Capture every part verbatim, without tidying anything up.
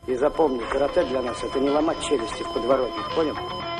И запомни, карате для нас – это не ломать челюсти в подворотнях, понял?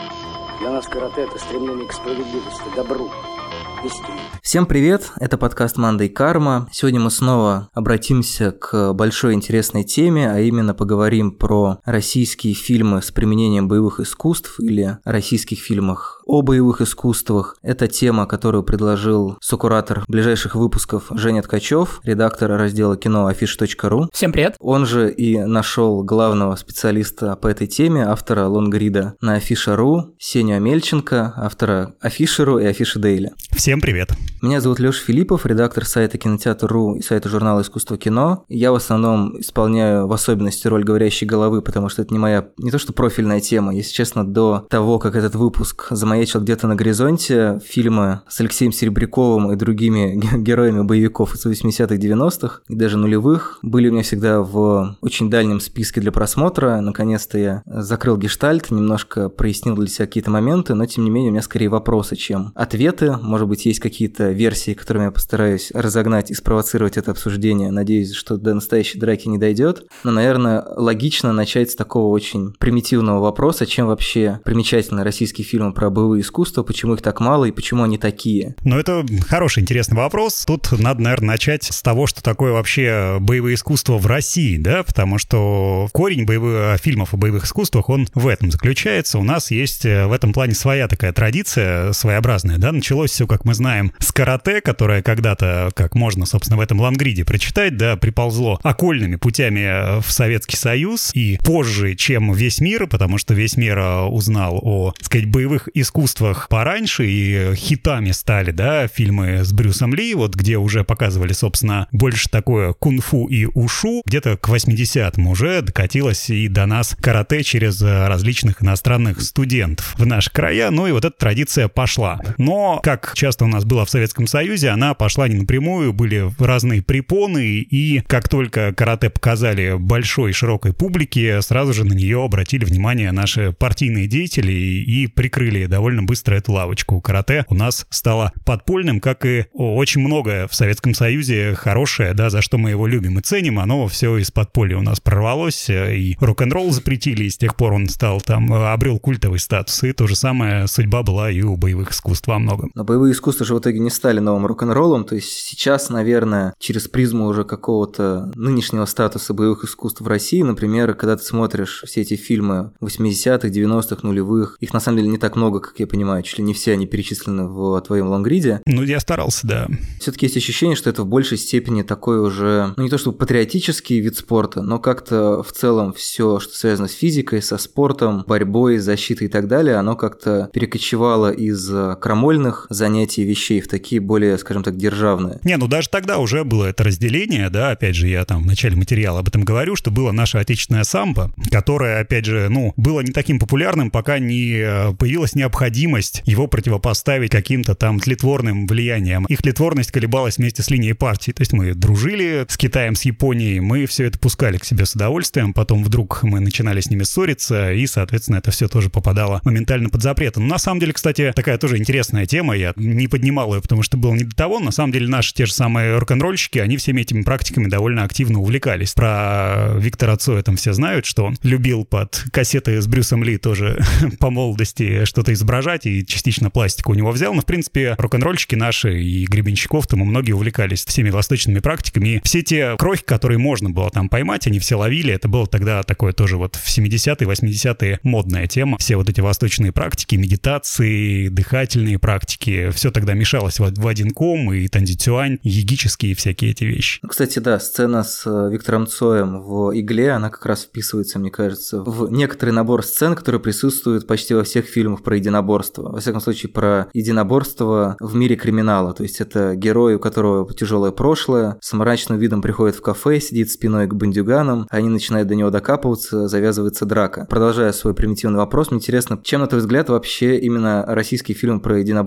Для нас карате – это стремление к справедливости, добру, истине. Всем привет, это подкаст Monday Karma. Сегодня мы снова обратимся к большой интересной теме, а именно поговорим про российские фильмы с применением боевых искусств или российских фильмах о боевых искусствах. Это тема, которую предложил сокуратор ближайших выпусков Женя Ткачев, редактор раздела кино афиша точка ру. Всем привет. Он же и нашел главного специалиста по этой теме, автора лонгрида на афиша точка ру, Сеню Амельченко, автора афиши точка ру и афиша Дейли. Всем привет. Меня зовут Лёша Филиппов, редактор сайта кинотеатр точка ру и сайта журнала «Искусство кино». Я в основном исполняю в особенности роль говорящей головы, потому что это не моя, не то что профильная тема. Если честно, до того, как этот выпуск замаячил где-то на горизонте, фильмы с Алексеем Серебряковым и другими героями боевиков из восьмидесятых, девяностых и даже нулевых были у меня всегда в очень дальнем списке для просмотра. Наконец-то я закрыл гештальт, немножко прояснил для себя какие-то моменты, но тем не менее у меня скорее вопросы, чем ответы. Может быть, есть какие-то версии, которыми я постараюсь разогнать и спровоцировать это обсуждение. Надеюсь, что до настоящей драки не дойдет. Но, наверное, логично начать с такого очень примитивного вопроса, чем вообще примечательны российские фильмы про боевые искусства, почему их так мало и почему они такие. Ну, это хороший, интересный вопрос. Тут надо, наверное, начать с того, что такое вообще боевые искусства в России, да, потому что корень боевых фильмов о боевых искусствах, он в этом заключается. У нас есть в этом плане своя такая традиция, своеобразная, да, началось все, как мы знаем, с карате, которое когда-то, как можно, собственно, в этом лонгриде прочитать, да, приползло окольными путями в Советский Союз и позже, чем весь мир, потому что весь мир узнал о, так сказать, боевых искусствах пораньше, и хитами стали, да, фильмы с Брюсом Ли, вот где уже показывали, собственно, больше такое кунг-фу и ушу, где-то к восьмидесятым уже докатилось и до нас карате через различных иностранных студентов в наши края, ну и вот эта традиция пошла. Но, как часто у нас было в Советском Союзе, она пошла не напрямую, были разные препоны, и как только карате показали большой широкой публике, сразу же на нее обратили внимание наши партийные деятели и прикрыли довольно быстро эту лавочку. Карате у нас стало подпольным, как и очень многое в Советском Союзе хорошее, да, за что мы его любим и ценим, оно все из подполья у нас прорвалось, и рок-н-ролл запретили, и с тех пор он стал там, обрел культовый статус, и то же самое судьба была и у боевых искусств во многом. Но боевые искусства же в итоге не стали новым рок-н-роллом, то есть сейчас, наверное, через призму уже какого-то нынешнего статуса боевых искусств в России, например, когда ты смотришь все эти фильмы восьмидесятых, девяностых, нулевых, их на самом деле не так много, как я понимаю, чуть ли не все они перечислены в твоем лонгриде. Ну, я старался, да. Все-таки есть ощущение, что это в большей степени такой уже, ну не то чтобы патриотический вид спорта, но как-то в целом все, что связано с физикой, со спортом, борьбой, защитой и так далее, оно как-то перекочевало из крамольных занятий вещей в такие более, скажем так, державные. Не, ну даже тогда уже было это разделение, да, опять же, я там в начале материала об этом говорю, что было наше отечественное самбо, которое, опять же, ну, было не таким популярным, пока не появилась необходимость его противопоставить каким-то там тлетворным влиянием. Их тлетворность колебалась вместе с линией партии, то есть мы дружили с Китаем, с Японией, мы все это пускали к себе с удовольствием, потом вдруг мы начинали с ними ссориться, и, соответственно, это все тоже попадало моментально под запрет. Но на самом деле, кстати, такая тоже интересная тема, я не поднимал ее, потому что было не до того, на самом деле наши те же самые рок-н-ролльщики, они всеми этими практиками довольно активно увлекались. Про Виктора Цоя там все знают, что он любил под кассеты с Брюсом Ли тоже по молодости что-то изображать, и частично пластику у него взял, но, в принципе, рок-н-ролльщики наши и Гребенщиков, там многие увлекались всеми восточными практиками, и все те крохи, которые можно было там поймать, они все ловили, это было тогда такое тоже вот в семидесятые, восьмидесятые модная тема, все вот эти восточные практики, медитации, дыхательные практики, все тогда мешалось в, в один ком, и тандицюань, йогические всякие эти вещи. Кстати, да, сцена с Виктором Цоем в «Игле», она как раз вписывается, мне кажется, в некоторый набор сцен, которые присутствуют почти во всех фильмах про единоборство. Во всяком случае, про единоборство в мире криминала. То есть это герой, у которого тяжелое прошлое, с мрачным видом приходит в кафе, сидит спиной к бандюганам, они начинают до него докапываться, завязывается драка. Продолжая свой примитивный вопрос, мне интересно, чем, на твой взгляд, вообще именно российские фильмы про единоборство примечательны?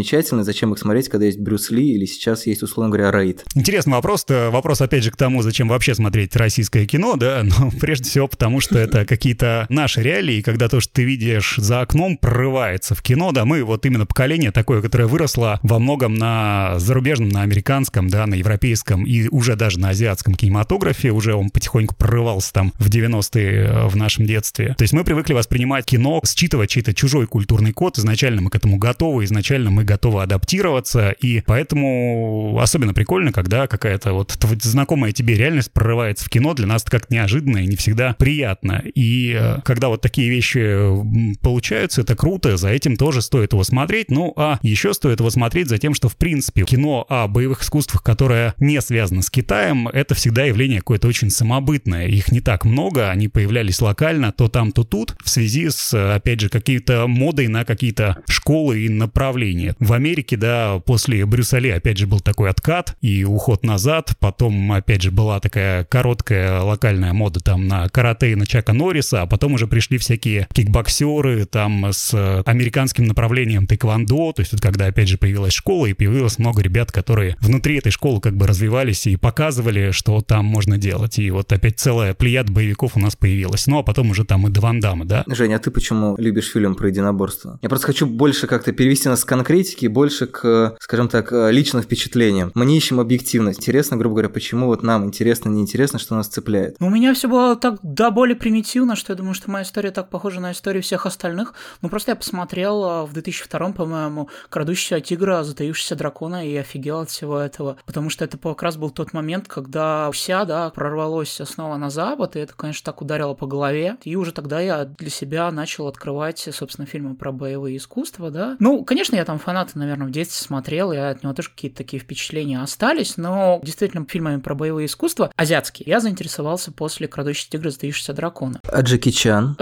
замечательные, зачем их смотреть, когда есть Брюс Ли или сейчас есть, условно говоря, Рейд? Интересный вопрос. Вопрос, опять же, к тому, зачем вообще смотреть российское кино, да, но прежде всего потому, что это какие-то наши реалии, когда то, что ты видишь за окном, прорывается в кино, да, мы вот именно поколение такое, которое выросло во многом на зарубежном, на американском, да, на европейском и уже даже на азиатском кинематографе, уже он потихоньку прорывался там в девяностые в нашем детстве. То есть мы привыкли воспринимать кино, считывать чей-то чужой культурный код, изначально мы к этому готовы, изначально мы готовы адаптироваться, и поэтому особенно прикольно, когда какая-то вот знакомая тебе реальность прорывается в кино, для нас это как-то неожиданно и не всегда приятно. И когда вот такие вещи получаются, это круто, за этим тоже стоит его смотреть. Ну, а еще стоит его смотреть за тем, что, в принципе, кино о боевых искусствах, которое не связано с Китаем, это всегда явление какое-то очень самобытное. Их не так много, они появлялись локально, то там, то тут, в связи с, опять же, какие-то модой на какие-то школы и направления. В Америке, да, после Брюса Ли, опять же, был такой откат и уход назад, потом, опять же, была такая короткая локальная мода там на карате и на Чака Норриса, а потом уже пришли всякие кикбоксеры там с американским направлением тэквондо, то есть вот когда, опять же, появилась школа и появилось много ребят, которые внутри этой школы как бы развивались и показывали, что там можно делать. И вот опять целая плеяда боевиков у нас появилась. Ну, а потом уже там и до Ван Дамма, да? Женя, а ты почему любишь фильм про единоборство? Я просто хочу больше как-то перевести нас с конкретики, больше к, скажем так, личным впечатлениям. Мы не ищем объективность. Интересно, грубо говоря, почему вот нам интересно, неинтересно, что нас цепляет. У меня все было так до боли примитивно, что я думаю, что моя история так похожа на историю всех остальных. Ну, просто я посмотрел в две тысячи втором, по-моему, «Крадущегося тигра», «Затаившегося дракона» и офигел от всего этого. Потому что это как раз был тот момент, когда вся, да, прорвалось снова на Запад, и это, конечно, так ударило по голове. И уже тогда я для себя начал открывать, собственно, фильмы про боевые искусства, да. Ну, конечно, я там фанаты, наверное, в детстве смотрел, и от него тоже какие-то такие впечатления остались, но действительно фильмами про боевые искусства азиатские я заинтересовался после «Крадущегося тигра», «Затаившегося дракона». А Джеки Чан?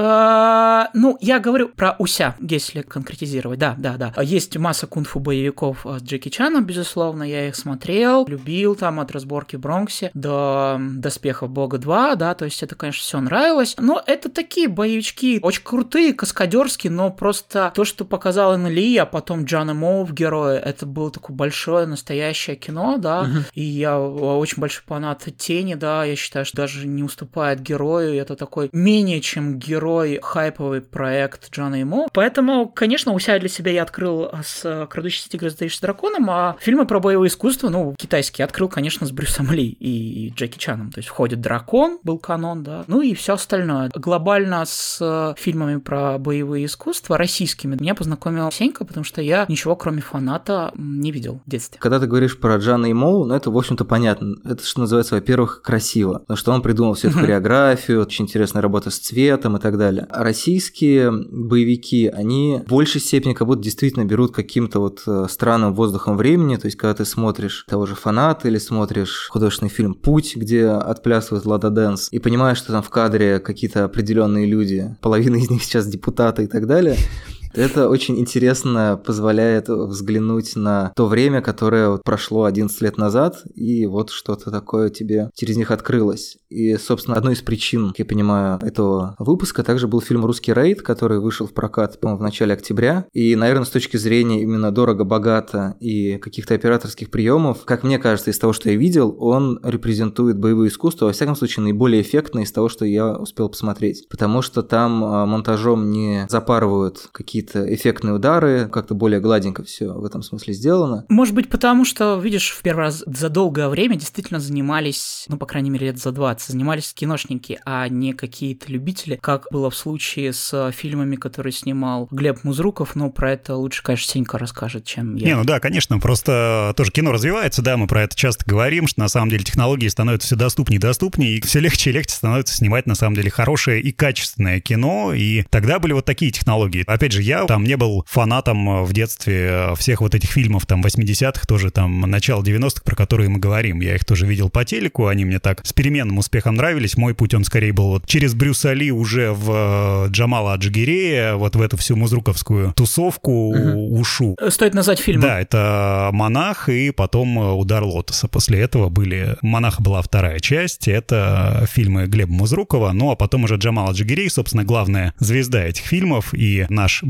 Ну, я говорю про Уся, если конкретизировать. Да, да, да. Есть масса кунг-фу боевиков с Джеки Чаном, безусловно, я их смотрел, любил там от «Разборки в Бронксе» до «Доспехов Бога два», да, то есть это, конечно, все нравилось. Но это такие боевички очень крутые, каскадерские, но просто то, что показал Эн Ли, а потом Джан Эмо в «Герое», это было такое большое настоящее кино, да, uh-huh. И я очень большой фанат «Тени», да, я считаю, что даже не уступает «Герою», это такой менее чем герой хайповый проект Джана Эмо. Поэтому, конечно, у себя для себя я открыл с «Крадущийся тигр», «Затаившийся драконом», а фильмы про боевое искусство, ну, китайские, открыл, конечно, с Брюсом Ли и Джеки Чаном. То есть входит «Дракон», был канон, да, ну и все остальное. Глобально с фильмами про боевые искусства российскими меня познакомил Сенька, потому что я ничего, кроме «Фаната», не видел в детстве. Когда ты говоришь про Джана Эмо, ну, это, в общем-то, понятно. Это, что называется, во-первых, красиво, потому что он придумал всю эту хореографию, очень интересная работа с цветом и так далее. А российские боевики, они в большей степени как будто действительно берут каким-то вот странным воздухом времени, то есть когда ты смотришь того же «Фаната» или смотришь художественный фильм «Путь», где отплясывает Лада Дэнс, и понимаешь, что там в кадре какие-то определенные люди, половина из них сейчас депутаты и так далее. Это очень интересно позволяет взглянуть на то время, которое вот прошло одиннадцать лет назад, и вот что-то такое тебе через них открылось. И, собственно, одной из причин, как я понимаю, этого выпуска также был фильм «Русский рейд», который вышел в прокат, по-моему, в начале октября. И, наверное, с точки зрения именно дорого-богато и каких-то операторских приемов, как мне кажется, из того, что я видел, он репрезентует боевое искусство, во всяком случае, наиболее эффектно из того, что я успел посмотреть. Потому что там монтажом не запарывают какие-то какие-то эффектные удары, как-то более гладенько все в этом смысле сделано. Может быть, потому что, видишь, в первый раз за долгое время действительно занимались, ну, по крайней мере, лет за двадцать, занимались киношники, а не какие-то любители, как было в случае с фильмами, которые снимал Глеб Музруков, но про это лучше, конечно, Сенька расскажет, чем я. Не, ну да, конечно, просто тоже кино развивается, да, мы про это часто говорим, что на самом деле технологии становятся все доступнее и доступнее, и все легче и легче становится снимать, на самом деле, хорошее и качественное кино, и тогда были вот такие технологии. Опять же, я там не был фанатом в детстве всех вот этих фильмов там восьмидесятых, тоже там начало девяностых, про которые мы говорим. Я их тоже видел по телеку, они мне так с переменным успехом нравились. Мой путь, он скорее был вот через Брюса Ли уже в Джамала Аджигирея, вот в эту всю музруковскую тусовку угу. ушу. Стоит назвать фильм. Да, это «Монах» и потом «Удар лотоса». После этого были... «Монах» была вторая часть, это фильмы Глеба Музрукова, ну а потом уже Джамал Аджигирей, собственно, главная звезда этих фильмов, и наш Брюс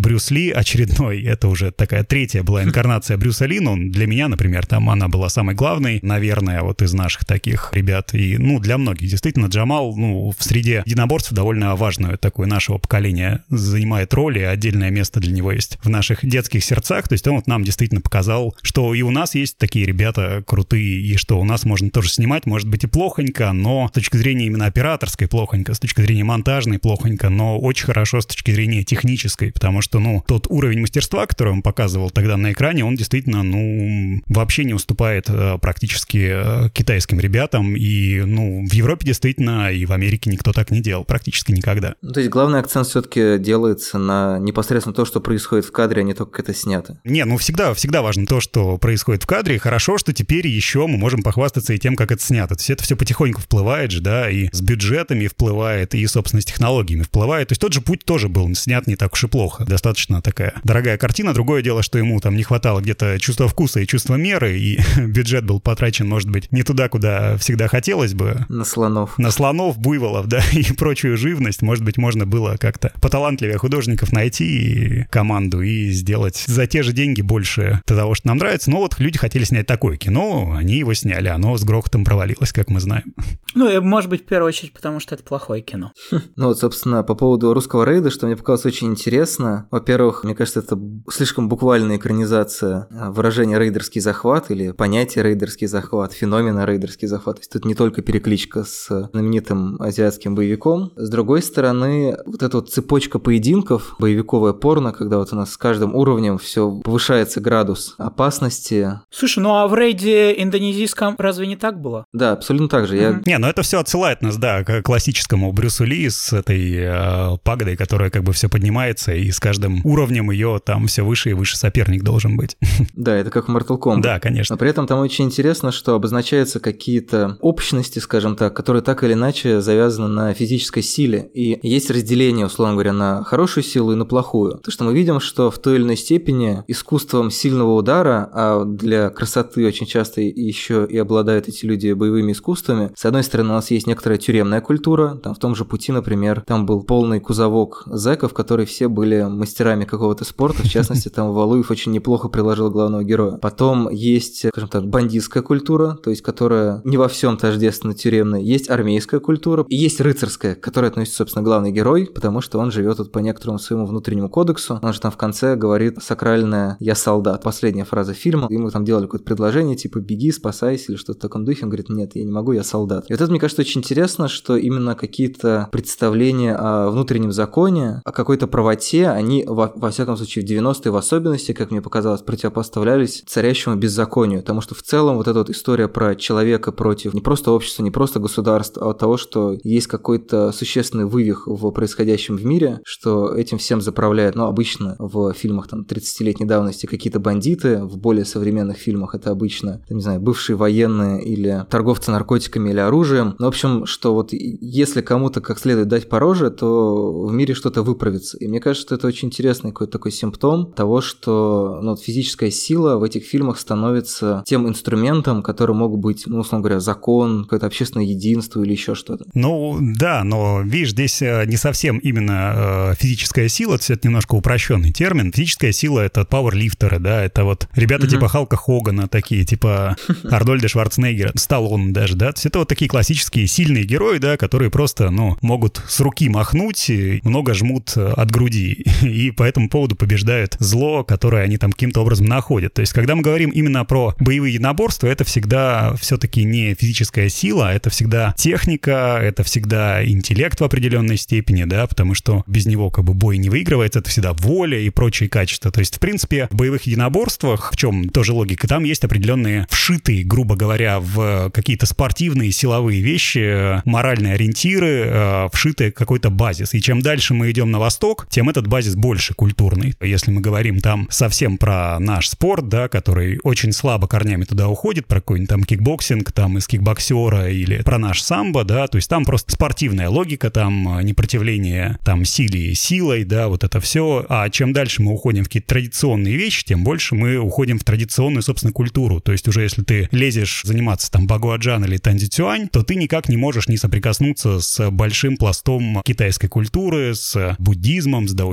Брюс Ли очередной, это уже такая третья была инкарнация Брюса Ли, но для меня, например, там она была самой главной, наверное, вот из наших таких ребят. И, ну, для многих, действительно, Джамал, ну, в среде единоборств довольно важную такое нашего поколения занимает роль, и отдельное место для него есть в наших детских сердцах. То есть он вот нам действительно показал, что и у нас есть такие ребята крутые, и что у нас можно тоже снимать, может быть и плохонько, но с точки зрения именно операторской плохонько, с точки зрения монтажной плохонько, но очень хорошо с точки зрения технической, потому что, ну, тот уровень мастерства, который он показывал тогда на экране, он действительно, ну, вообще не уступает э, практически э, китайским ребятам, и, ну, в Европе действительно и в Америке никто так не делал, практически никогда. Ну, то есть главный акцент все-таки делается на непосредственно то, что происходит в кадре, а не то, как это снято. Не, ну всегда, всегда важно то, что происходит в кадре, и хорошо, что теперь еще мы можем похвастаться и тем, как это снято. То есть это все потихоньку вплывает же, да, и с бюджетами вплывает, и, собственно, с технологиями вплывает. То есть тот же «Путь» тоже был снят не так уж и плохо. Достаточно такая дорогая картина. Другое дело, что ему там не хватало где-то чувства вкуса и чувства меры, и бюджет был потрачен, может быть, не туда, куда всегда хотелось бы. На слонов. На слонов, буйволов, да, и прочую живность. Может быть, можно было как-то поталантливее художников найти команду и сделать за те же деньги больше того, что нам нравится. Но вот люди хотели снять такое кино, они его сняли, оно с грохотом провалилось, как мы знаем. Ну, и, может быть, в первую очередь, потому что это плохое кино. Ну вот, собственно, по поводу русского рейда, что мне показалось очень интересно. Во-первых, мне кажется, это слишком буквальная экранизация выражения «рейдерский захват» или понятия «рейдерский захват», феномена «рейдерский захват». То есть тут не только перекличка с знаменитым азиатским боевиком. С другой стороны, вот эта вот цепочка поединков, боевиковое порно, когда вот у нас с каждым уровнем все повышается градус опасности. Слушай, ну а в рейде индонезийском разве не так было? Да, абсолютно так же. Mm-hmm. Я... Не, ну это все отсылает нас, да, к классическому Брюсу Ли с этой э, пагодой, которая как бы все поднимается, и с каждым уровнем ее там все выше и выше соперник должен быть. Да, это как в Mortal Kombat. Да, конечно. Но при этом там очень интересно, что обозначаются какие-то общности, скажем так, которые так или иначе завязаны на физической силе. И есть разделение, условно говоря, на хорошую силу и на плохую. Потому что мы видим, что в той или иной степени искусством сильного удара, а для красоты очень часто еще и обладают эти люди боевыми искусствами. С одной стороны, у нас есть некоторая тюремная культура. Там в том же «Пути», например, там был полный кузовок зэков, которые все были мастерами какого-то спорта. В частности, там Валуев очень неплохо приложил главного героя. Потом есть, скажем так, бандитская культура, то есть которая не во всем тождественно тюремной. Есть армейская культура и есть рыцарская, к которой относится, собственно, главный герой, потому что он живет вот по некоторому своему внутреннему кодексу. Он же там в конце говорит сакральное «я солдат». Последняя фраза фильма. Ему там делали какое-то предложение, типа «беги, спасайся» или что-то в таком духе. Он говорит «нет, я не могу, я солдат». И вот это, мне кажется, очень интересно, что именно какие-то представления о внутреннем законе, о какой-то правоте, они, во, во всяком случае, в девяностые в особенности, как мне показалось, противопоставлялись царящему беззаконию. Потому что в целом вот эта вот история про человека против не просто общества, не просто государства, а от того, что есть какой-то существенный вывих в происходящем в мире, что этим всем заправляют, ну, обычно в фильмах там тридцатилетней давности какие-то бандиты, в более современных фильмах это обычно, не знаю, бывшие военные или торговцы наркотиками или оружием. Ну, в общем, что вот если кому-то как следует дать по роже, то в мире что-то выправится. И мне кажется, что это очень интересный какой-то такой симптом того, что, ну, физическая сила в этих фильмах становится тем инструментом, который мог быть, ну, условно говоря, закон, какое-то общественное единство или еще что-то. Ну, да, но, видишь, здесь не совсем именно э, физическая сила, это немножко упрощенный термин. Физическая сила — это пауэрлифтеры, да, это вот ребята mm-hmm. типа Халка Хогана, такие, типа Арнольда Шварценеггера, Сталлоне даже, да, это вот такие классические сильные герои, да, которые просто, ну, могут с руки махнуть, много жмут от груди, и по этому поводу побеждают зло, которое они там каким-то образом находят. То есть, когда мы говорим именно про боевые единоборства, это всегда все-таки не физическая сила, это всегда техника, это всегда интеллект в определенной степени, да, потому что без него как бы бой не выигрывается, это всегда воля и прочие качества. То есть, в принципе, в боевых единоборствах, в чем тоже логика, там есть определенные вшитые, грубо говоря, в какие-то спортивные, силовые вещи, моральные ориентиры, вшитый какой-то базис. И чем дальше мы идем на восток, тем этот базис больше культурный. Если мы говорим там совсем про наш спорт, да, который очень слабо корнями туда уходит, про какой-нибудь там кикбоксинг, там из кикбоксера или про наш самбо, да, то есть там просто спортивная логика, там непротивление там силе силой, да, вот это все. А чем дальше мы уходим в какие-то традиционные вещи, тем больше мы уходим в традиционную, собственно, культуру. То есть уже если ты лезешь заниматься там багуаджан или танзи-цюань, то ты никак не можешь не соприкоснуться с большим пластом китайской культуры, с буддизмом, с даосизмом,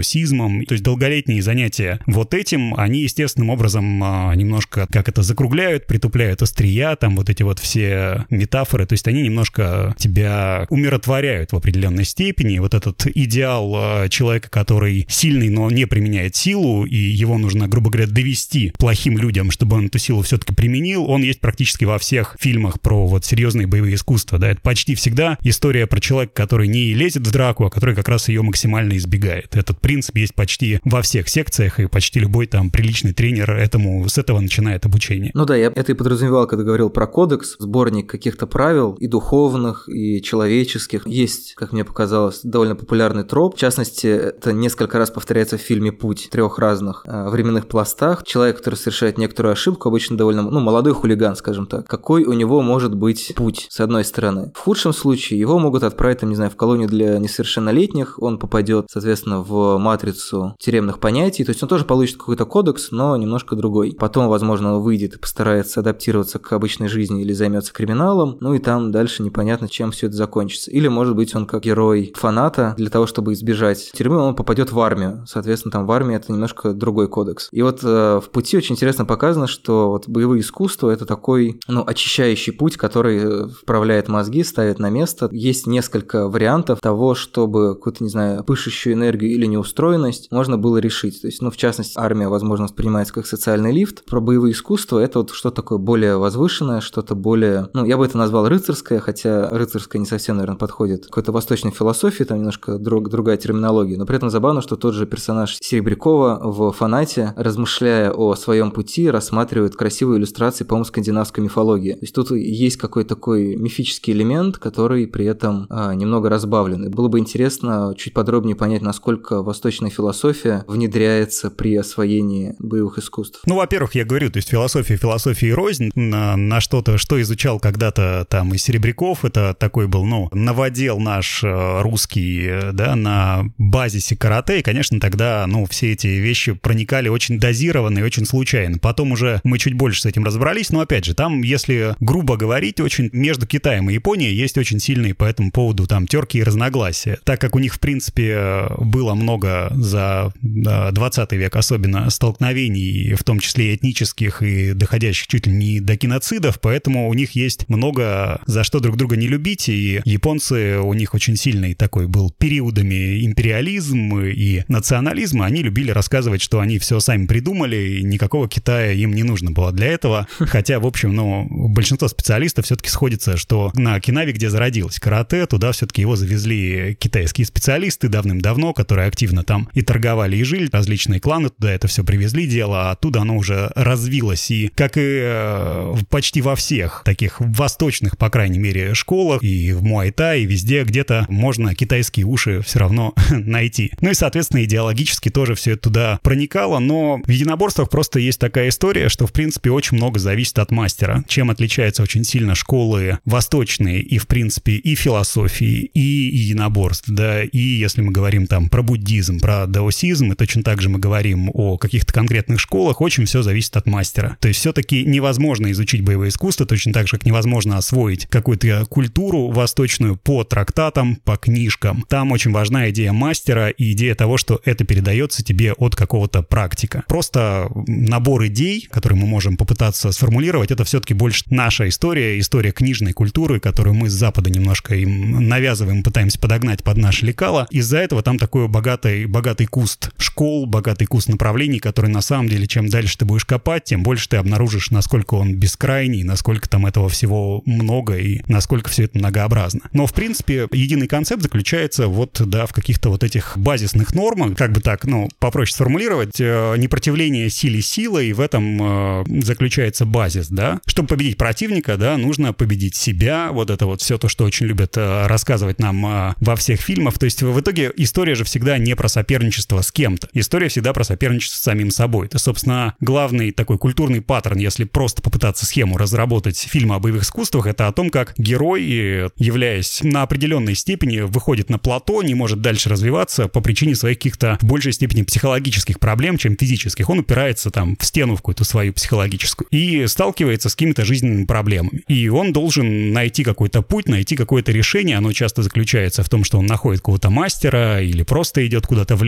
фильмом. То есть долголетние занятия вот этим, они естественным образом немножко, как это, закругляют, притупляют острия, там вот эти вот все метафоры. То есть они немножко тебя умиротворяют в определенной степени. Вот этот идеал человека, который сильный, но не применяет силу, и его нужно, грубо говоря, довести плохим людям, чтобы он эту силу все-таки применил, он есть практически во всех фильмах про вот серьезные боевые искусства, да, это почти всегда история про человека, который не лезет в драку, а который как раз ее максимально избегает. Этот принцип есть почти во всех секциях, и почти любой там приличный тренер этому, с этого начинает обучение. Ну да, я это и подразумевал, когда говорил про кодекс, сборник каких-то правил, и духовных, и человеческих. Есть, как мне показалось, довольно популярный троп. В частности, это несколько раз повторяется в фильме «Путь» в трех разных э, временных пластах. Человек, который совершает некоторую ошибку, обычно довольно, ну, молодой хулиган, скажем так. Какой у него может быть путь, с одной стороны? В худшем случае его могут отправить, там, не знаю, в колонию для несовершеннолетних, он попадет, соответственно, в матрицу тюремных понятий, то есть он тоже получит какой-то кодекс, но немножко другой. Потом, возможно, он выйдет и постарается адаптироваться к обычной жизни или займется криминалом, ну и там дальше непонятно, чем все это закончится. Или, может быть, он как герой фаната, для того, чтобы избежать тюрьмы, он попадет в армию. Соответственно, там в армии это немножко другой кодекс. И вот э, в «Пути» очень интересно показано, что вот боевые искусства — это такой, ну, очищающий путь, который вправляет мозги, ставит на место. Есть несколько вариантов того, чтобы какую-то, не знаю, пышущую энергию или неустроенность можно было решить. То есть, ну, в частности, армия, возможно, воспринимается как социальный лифт. Про боевые искусства это вот что-то такое более возвышенное, что-то более, ну, я бы это назвал рыцарское, хотя рыцарское не совсем, наверное, подходит к какой-то восточной философии, там немножко друг, другая терминология, но при этом забавно, что тот же персонаж Серебрякова в «Фанате», размышляя о своем пути, рассматривает красивые иллюстрации, по-моему, скандинавской мифологии. То есть тут есть какой-то такой мифический элемент, который при этом а, немного разбавлен. И было бы интересно чуть подробнее понять, насколько восточная философия внедряется при освоении боевых искусств. Ну, во-первых, я говорю, то есть философия, философия и рознь на, на что-то, что изучал когда-то там и Серебряков, это такой был, ну, новодел наш русский, да, на базисе карате, и, конечно, тогда, ну, все эти вещи проникали очень дозированно и очень случайно. Потом уже мы чуть больше с этим разобрались, но, опять же, там, если грубо говорить, очень между Китаем и Японией есть очень сильные по этому поводу там терки и разногласия. Так как у них, в принципе, было много за двадцатый век особенно столкновений, в том числе и этнических, и доходящих чуть ли не до геноцидов, поэтому у них есть много за что друг друга не любить, и японцы, у них очень сильный такой был периодами империализм и национализм, они любили рассказывать, что они все сами придумали, и никакого Китая им не нужно было для этого, хотя, в общем, ну, большинство специалистов все-таки сходится, что на Окинаве, где зародилось карате, туда все-таки его завезли китайские специалисты давным-давно, которые активно там и торговали, и жили, различные кланы туда это все привезли дело, а оттуда оно уже развилось, и как и э, почти во всех таких восточных, по крайней мере, школах, и в муай-тай, и везде где-то можно китайские уши все равно найти. Ну и, соответственно, идеологически тоже все это туда проникало, но в единоборствах просто есть такая история, что, в принципе, очень много зависит от мастера. Чем отличаются очень сильно школы восточные и, в принципе, и философии, и единоборств, да, и если мы говорим там про буддизм, про даосизм, и точно так же мы говорим о каких-то конкретных школах, очень все зависит от мастера. То есть все-таки невозможно изучить боевое искусство, точно так же, как невозможно освоить какую-то культуру восточную по трактатам, по книжкам. Там очень важна идея мастера и идея того, что это передается тебе от какого-то практика. Просто набор идей, которые мы можем попытаться сформулировать, это все-таки больше наша история, история книжной культуры, которую мы с Запада немножко им навязываем, пытаемся подогнать под наше лекало. Из-за этого там такой богатый, богатый куст школ, богатый куст направлений, который на самом деле, чем дальше ты будешь копать, тем больше ты обнаружишь, насколько он бескрайний, насколько там этого всего много и насколько все это многообразно. Но, в принципе, единый концепт заключается вот, да, в каких-то вот этих базисных нормах, как бы так, ну, попроще сформулировать, э, непротивление силе силой, в этом э, заключается базис, да. Чтобы победить противника, да, нужно победить себя, вот это вот все то, что очень любят э, рассказывать нам э, во всех фильмах. То есть в итоге история же всегда не про соперничество с кем-то. История всегда про соперничество с самим собой. Это, собственно, главный такой культурный паттерн, если просто попытаться схему разработать фильма о боевых искусствах, это о том, как герой, являясь на определенной степени, выходит на плато, не может дальше развиваться по причине своих каких-то в большей степени психологических проблем, чем физических. Он упирается там в стену в какую-то свою психологическую и сталкивается с какими-то жизненными проблемами. И он должен найти какой-то путь, найти какое-то решение. Оно часто заключается в том, что он находит какого-то мастера или просто идет куда-то в лес,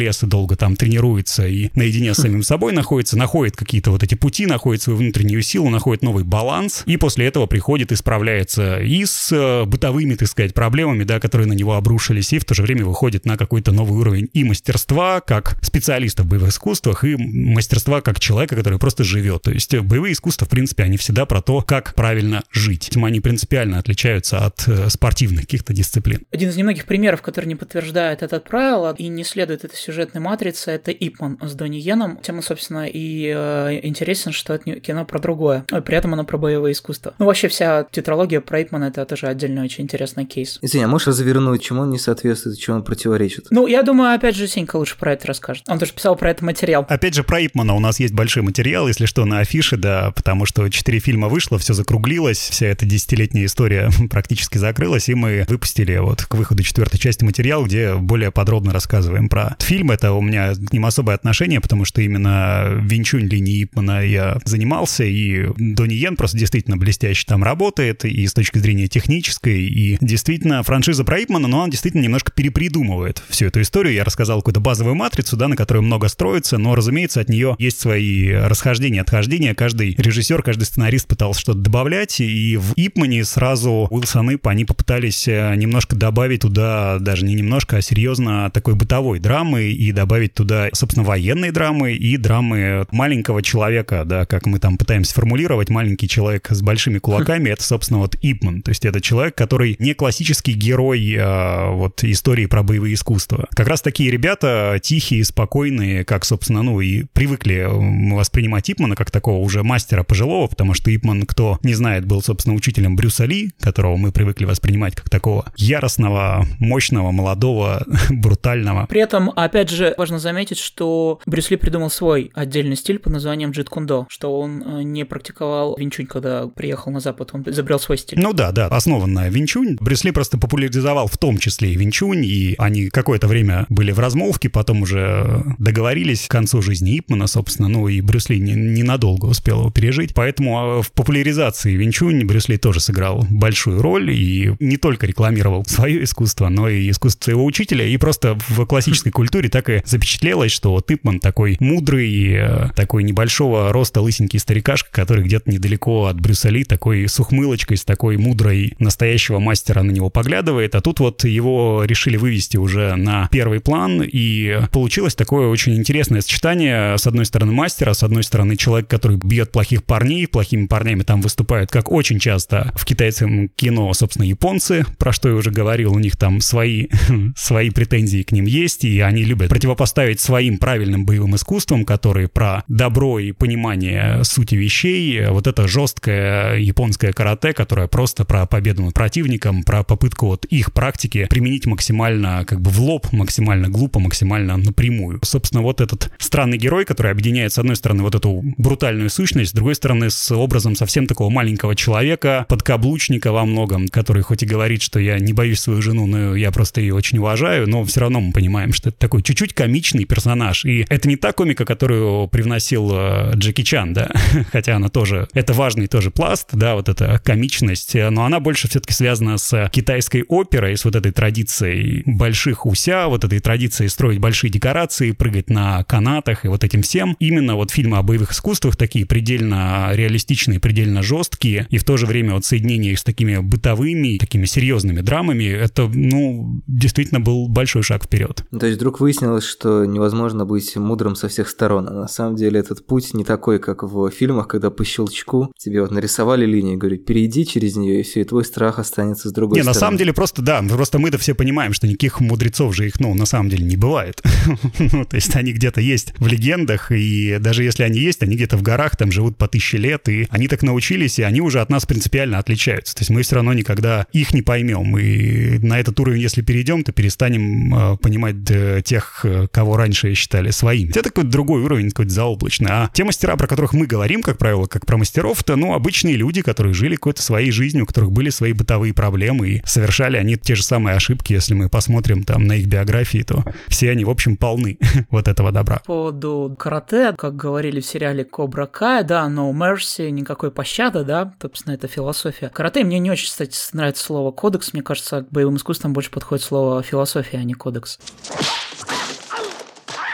лес и долго там тренируется и наедине с самим собой находится, находит какие-то вот эти пути, находит свою внутреннюю силу, находит новый баланс, и после этого приходит и справляется и с бытовыми, так сказать, проблемами, да, которые на него обрушились, и в то же время выходит на какой-то новый уровень и мастерства, как специалиста в боевых искусствах, и мастерства как человека, который просто живет. То есть боевые искусства, в принципе, они всегда про то, как правильно жить. Они принципиально отличаются от спортивных каких-то дисциплин. Один из немногих примеров, который не подтверждает это правило и не следует этой сюжетной матрице, это Ип Ман с Донни Йеном. Тема, собственно, и э, интересен, что это кино про другое. При этом оно про боевые искусства. Ну, вообще вся тетралогия про Ип Мана — это тоже отдельный очень интересный кейс. Извини, а можешь развернуть, чему он не соответствует, чему он противоречит? Ну, я думаю, опять же, Сенька лучше про это расскажет. Он тоже писал про это материал. Опять же, про Ип Мана у нас есть большой материал, если что, на афише, да, потому что четыре фильма вышло, все закруглилось, вся эта десятилетняя история практически закрылась, и мы выпустили вот к выходу четвертой части материал, где более подробно рассказываем про фильм. Это у меня к ним особое отношение, потому что именно Винчунь линии Ип Мана я занимался, и Донни Йен просто действительно блестяще там работает, и с точки зрения технической, и действительно франшиза про Ип Мана, но она действительно немножко перепридумывает всю эту историю. Я рассказал какую-то базовую матрицу, да, на которой много строится, но, разумеется, от нее есть свои расхождения, отхождения. Каждый режиссер, каждый сценарист пытался что-то добавлять, и в Ип Мане сразу Уилсон Ип, они попытались немножко добавить туда, даже не немножко, а серьезно такой бытовой драмы, и добавить туда, собственно, военные драмы и драмы маленького человека, да, как мы там пытаемся формулировать, маленький человек с большими кулаками, это, собственно, вот Ип Ман, то есть это человек, который не классический герой а, вот истории про боевые искусства. Как раз такие ребята тихие, спокойные, как, собственно, ну и привыкли воспринимать Ип Мана как такого уже мастера пожилого, потому что Ип Ман, кто не знает, был, собственно, учителем Брюса Ли, которого мы привыкли воспринимать как такого яростного, мощного, молодого, брутального. При этом, опять же, важно заметить, что Брюс Ли придумал свой отдельный стиль под названием джит кундо, что он не практиковал винчунь, когда приехал на Запад, он изобрел свой стиль. Ну да, да, основан на винчунь. Брюс Ли просто популяризовал в том числе и винчунь, и они какое-то время были в размолвке, потом уже договорились к концу жизни Ип Мана, собственно, ну и Брюс Ли ненадолго успел его пережить, поэтому в популяризации винчунь Брюс Ли тоже сыграл большую роль и не только рекламировал свое искусство, но и искусство своего учителя, и просто в классической культуре так и запечатлелось, что вот Ип Ман такой мудрый, такой небольшого роста лысенький старикашка, который где-то недалеко от Брюса Ли, такой с ухмылочкой, с такой мудрой настоящего мастера на него поглядывает, а тут вот его решили вывести уже на первый план, и получилось такое очень интересное сочетание, с одной стороны мастера, с одной стороны человек, который бьет плохих парней, плохими парнями там выступают, как очень часто в китайском кино, собственно, японцы, про что я уже говорил, у них там свои, свои претензии к ним есть, и они любят противопоставить своим правильным боевым искусствам, которые про добро и понимание сути вещей, вот это жесткое японское карате, которое просто про победу над противником, про попытку вот их практики применить максимально как бы в лоб, максимально глупо, максимально напрямую. Собственно, вот этот странный герой, который объединяет, с одной стороны, вот эту брутальную сущность, с другой стороны, с образом совсем такого маленького человека, подкаблучника во многом, который хоть и говорит, что я не боюсь свою жену, но я просто ее очень уважаю, но все равно мы понимаем, что это такой чуть-чуть комичный персонаж. И это не та комика, которую привносил Джеки Чан, да, хотя она тоже, это важный тоже пласт, да, вот эта комичность, но она больше все-таки связана с китайской оперой, с вот этой традицией больших уся, вот этой традицией строить большие декорации, прыгать на канатах и вот этим всем. Именно вот фильмы о боевых искусствах такие предельно реалистичные, предельно жесткие, и в то же время вот соединение их с такими бытовыми, такими серьезными драмами, это, ну, действительно был большой шаг вперед. То есть вдруг выяснилось, что невозможно быть мудрым со всех сторон, а на самом деле этот путь не такой, как в фильмах, когда по щелчку тебе вот нарисовали линию и говорят, перейди через нее, и все, и твой страх останется с другой не, стороны. На самом деле просто, да, просто мы-то все понимаем, что никаких мудрецов же их, ну, на самом деле не бывает. Ну, то есть они где-то есть в легендах, и даже если они есть, они где-то в горах, там живут по тысяче лет, и они так научились, и они уже от нас принципиально отличаются. То есть мы все равно никогда их не поймем, и на этот уровень, если перейдем, то перестанем э, понимать э, тех, кого раньше считали своими. Это какой-то другой уровень, какой-то заоблачный. А те мастера, про которых мы говорим, как правило, как про мастеров, это, ну, обычные люди, которые жили какой-то своей жизнью, у которых были свои бытовые проблемы, и совершали они те же самые ошибки. Если мы посмотрим там на их биографии, то все они, в общем, полны вот этого добра. По поводу карате, как говорили в сериале «Кобра Кай», да, no mercy, никакой пощады, да, собственно, это философия. Карате, мне не очень, кстати, нравится слово «кодекс», мне кажется, к боевым искусствам больше подходит слово «философия», а не «кодекс».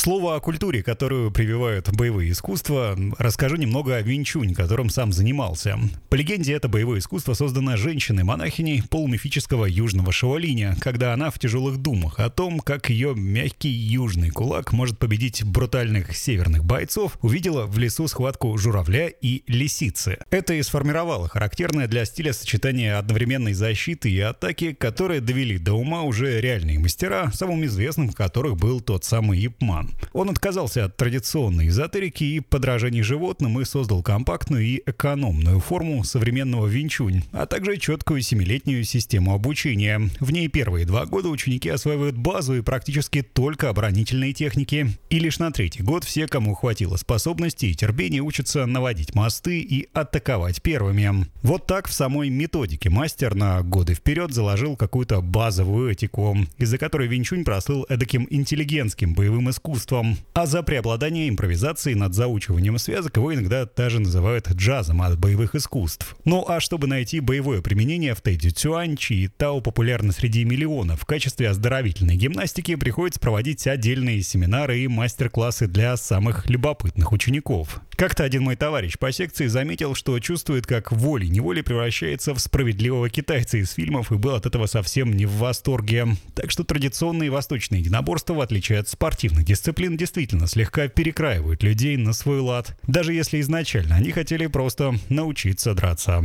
слову о культуре, которую прививают боевые искусства, расскажу немного о Винь Чунь, которым сам занимался. По легенде, это боевое искусство создано женщиной-монахиней полумифического южного Шаолиня, когда она в тяжелых думах о том, как ее мягкий южный кулак может победить брутальных северных бойцов, увидела в лесу схватку журавля и лисицы. Это и сформировало характерное для стиля сочетание одновременной защиты и атаки, которые довели до ума уже реальные мастера, самым известным из которых был тот самый Ип Ман. Он отказался от традиционной эзотерики и подражаний животным и создал компактную и экономную форму современного Винь Чунь, а также четкую семилетнюю систему обучения. В ней первые два года ученики осваивают базу и практически только оборонительные техники. И лишь на третий год все, кому хватило способностей и терпения, учатся наводить мосты и атаковать первыми. Вот так в самой методике мастер на годы вперед заложил какую-то базовую этику, из-за которой Винь Чунь прослыл эдаким интеллигентским боевым искусством. А за преобладание импровизации над заучиванием связок его иногда даже называют джазом от боевых искусств. Ну а чтобы найти боевое применение в Тайцзи Цюань, чьи тао популярны среди миллионов, в качестве оздоровительной гимнастики приходится проводить отдельные семинары и мастер-классы для самых любопытных учеников. Как-то один мой товарищ по секции заметил, что чувствует, как волей-неволей превращается в справедливого китайца из фильмов, и был от этого совсем не в восторге. Так что традиционные восточные единоборства, в отличие от спортивных дисциплин, действительно слегка перекраивают людей на свой лад, даже если изначально они хотели просто научиться драться.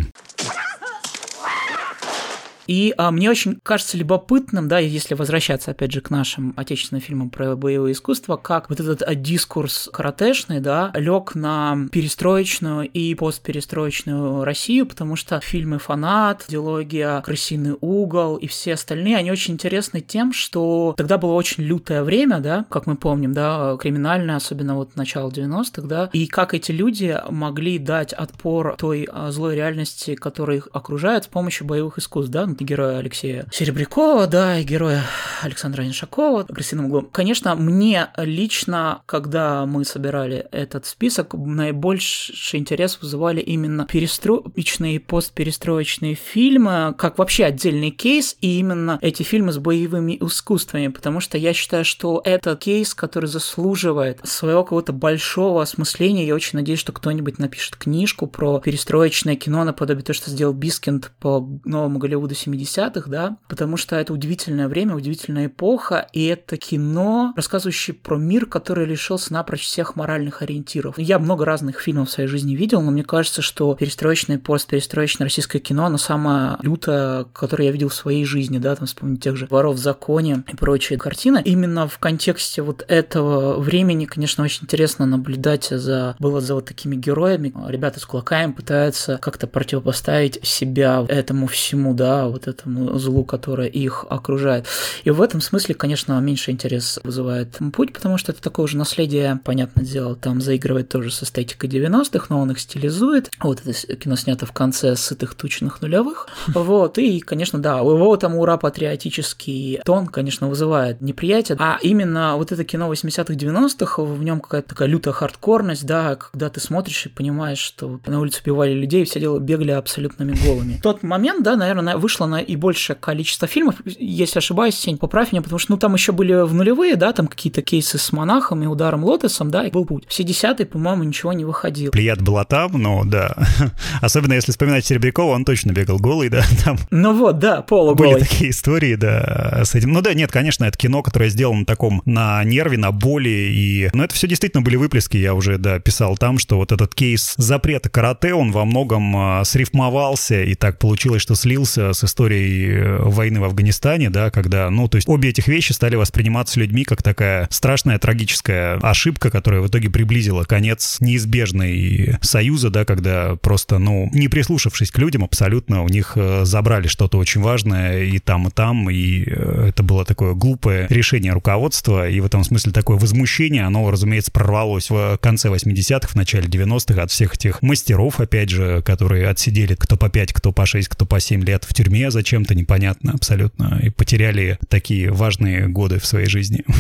И а, мне очень кажется любопытным, да, если возвращаться, опять же, к нашим отечественным фильмам про боевое искусство, как вот этот а, дискурс каратэшный, да, лег на перестроечную и постперестроечную Россию, потому что фильмы «Фанат», «Дилогия», «Крысиный угол» и все остальные, они очень интересны тем, что тогда было очень лютое время, да, как мы помним, да, криминальное, особенно вот начало девяностых, да, и как эти люди могли дать отпор той а, злой реальности, которая их окружает, с помощью боевых искусств, да, героя Алексея Серебрякова, да, и героя Александра Иншакова «Крысиным углом». Конечно, мне лично, когда мы собирали этот список, наибольший интерес вызывали именно перестроечные и постперестроечные фильмы, как вообще отдельный кейс, и именно эти фильмы с боевыми искусствами, потому что я считаю, что это кейс, который заслуживает своего какого-то большого осмысления. Я очень надеюсь, что кто-нибудь напишет книжку про перестроечное кино, наподобие того, что сделал Бискинд по новому Голливуду семидесятых, да, потому что это удивительное время, удивительная эпоха, и это кино, рассказывающее про мир, который лишился напрочь всех моральных ориентиров. Я много разных фильмов в своей жизни видел, но мне кажется, что перестроечное и постперестроечное российское кино, оно самое лютое, которое я видел в своей жизни, да, там вспомнить тех же «Воров в законе» и прочие картины. Именно в контексте вот этого времени, конечно, очень интересно наблюдать за, было за вот такими героями. Ребята с кулаками пытаются как-то противопоставить себя этому всему, да, вот этому злу, которое их окружает. И в этом смысле, конечно, меньше интерес вызывает «Путь», потому что это такое уже наследие, понятное дело, там заигрывает тоже с эстетикой девяностых, но он их стилизует. Вот это кино снято в конце «Сытых тучных нулевых». Вот, и, конечно, да, у его там ура-патриотический тон, конечно, вызывает неприятие, а именно вот это кино восьмидесятых, девяностых, в нем какая-то такая лютая хардкорность, да, когда ты смотришь и понимаешь, что на улице убивали людей, все дело бегали абсолютными голыми. В тот момент, да, наверное, вышло на и большее количество фильмов, если ошибаюсь, Сень, поправь меня, потому что, ну, там еще были в нулевые, да, там какие-то кейсы с монахом и ударом лотосом, да, и был путь. Все десятые, по-моему, ничего не выходило. Плеяд была там, но да. Особенно если вспоминать Серебрякова, он точно бегал голый, да, там. Ну вот, да, полуголый. Были такие истории, да, с этим. Ну да, нет, конечно, это кино, которое сделано на таком, на нерве, на боли, и... Но это все действительно были выплески, я уже, да, писал там, что вот этот кейс запрета карате, он во многом а, срифмовался, и так получилось, что слился с историей войны в Афганистане, да, когда, ну, то есть обе этих вещи стали восприниматься людьми как такая страшная трагическая ошибка, которая в итоге приблизила конец неизбежной союза, да, когда просто, ну, не прислушавшись к людям, абсолютно у них забрали что-то очень важное и там, и там, и это было такое глупое решение руководства, и в этом смысле такое возмущение, оно, разумеется, прорвалось в конце восьмидесятых, в начале девяностых от всех этих мастеров, опять же, которые отсидели кто по пять, кто по шесть, кто по семь лет в тюрьме зачем-то непонятно абсолютно, и потеряли такие важные годы в своей жизни.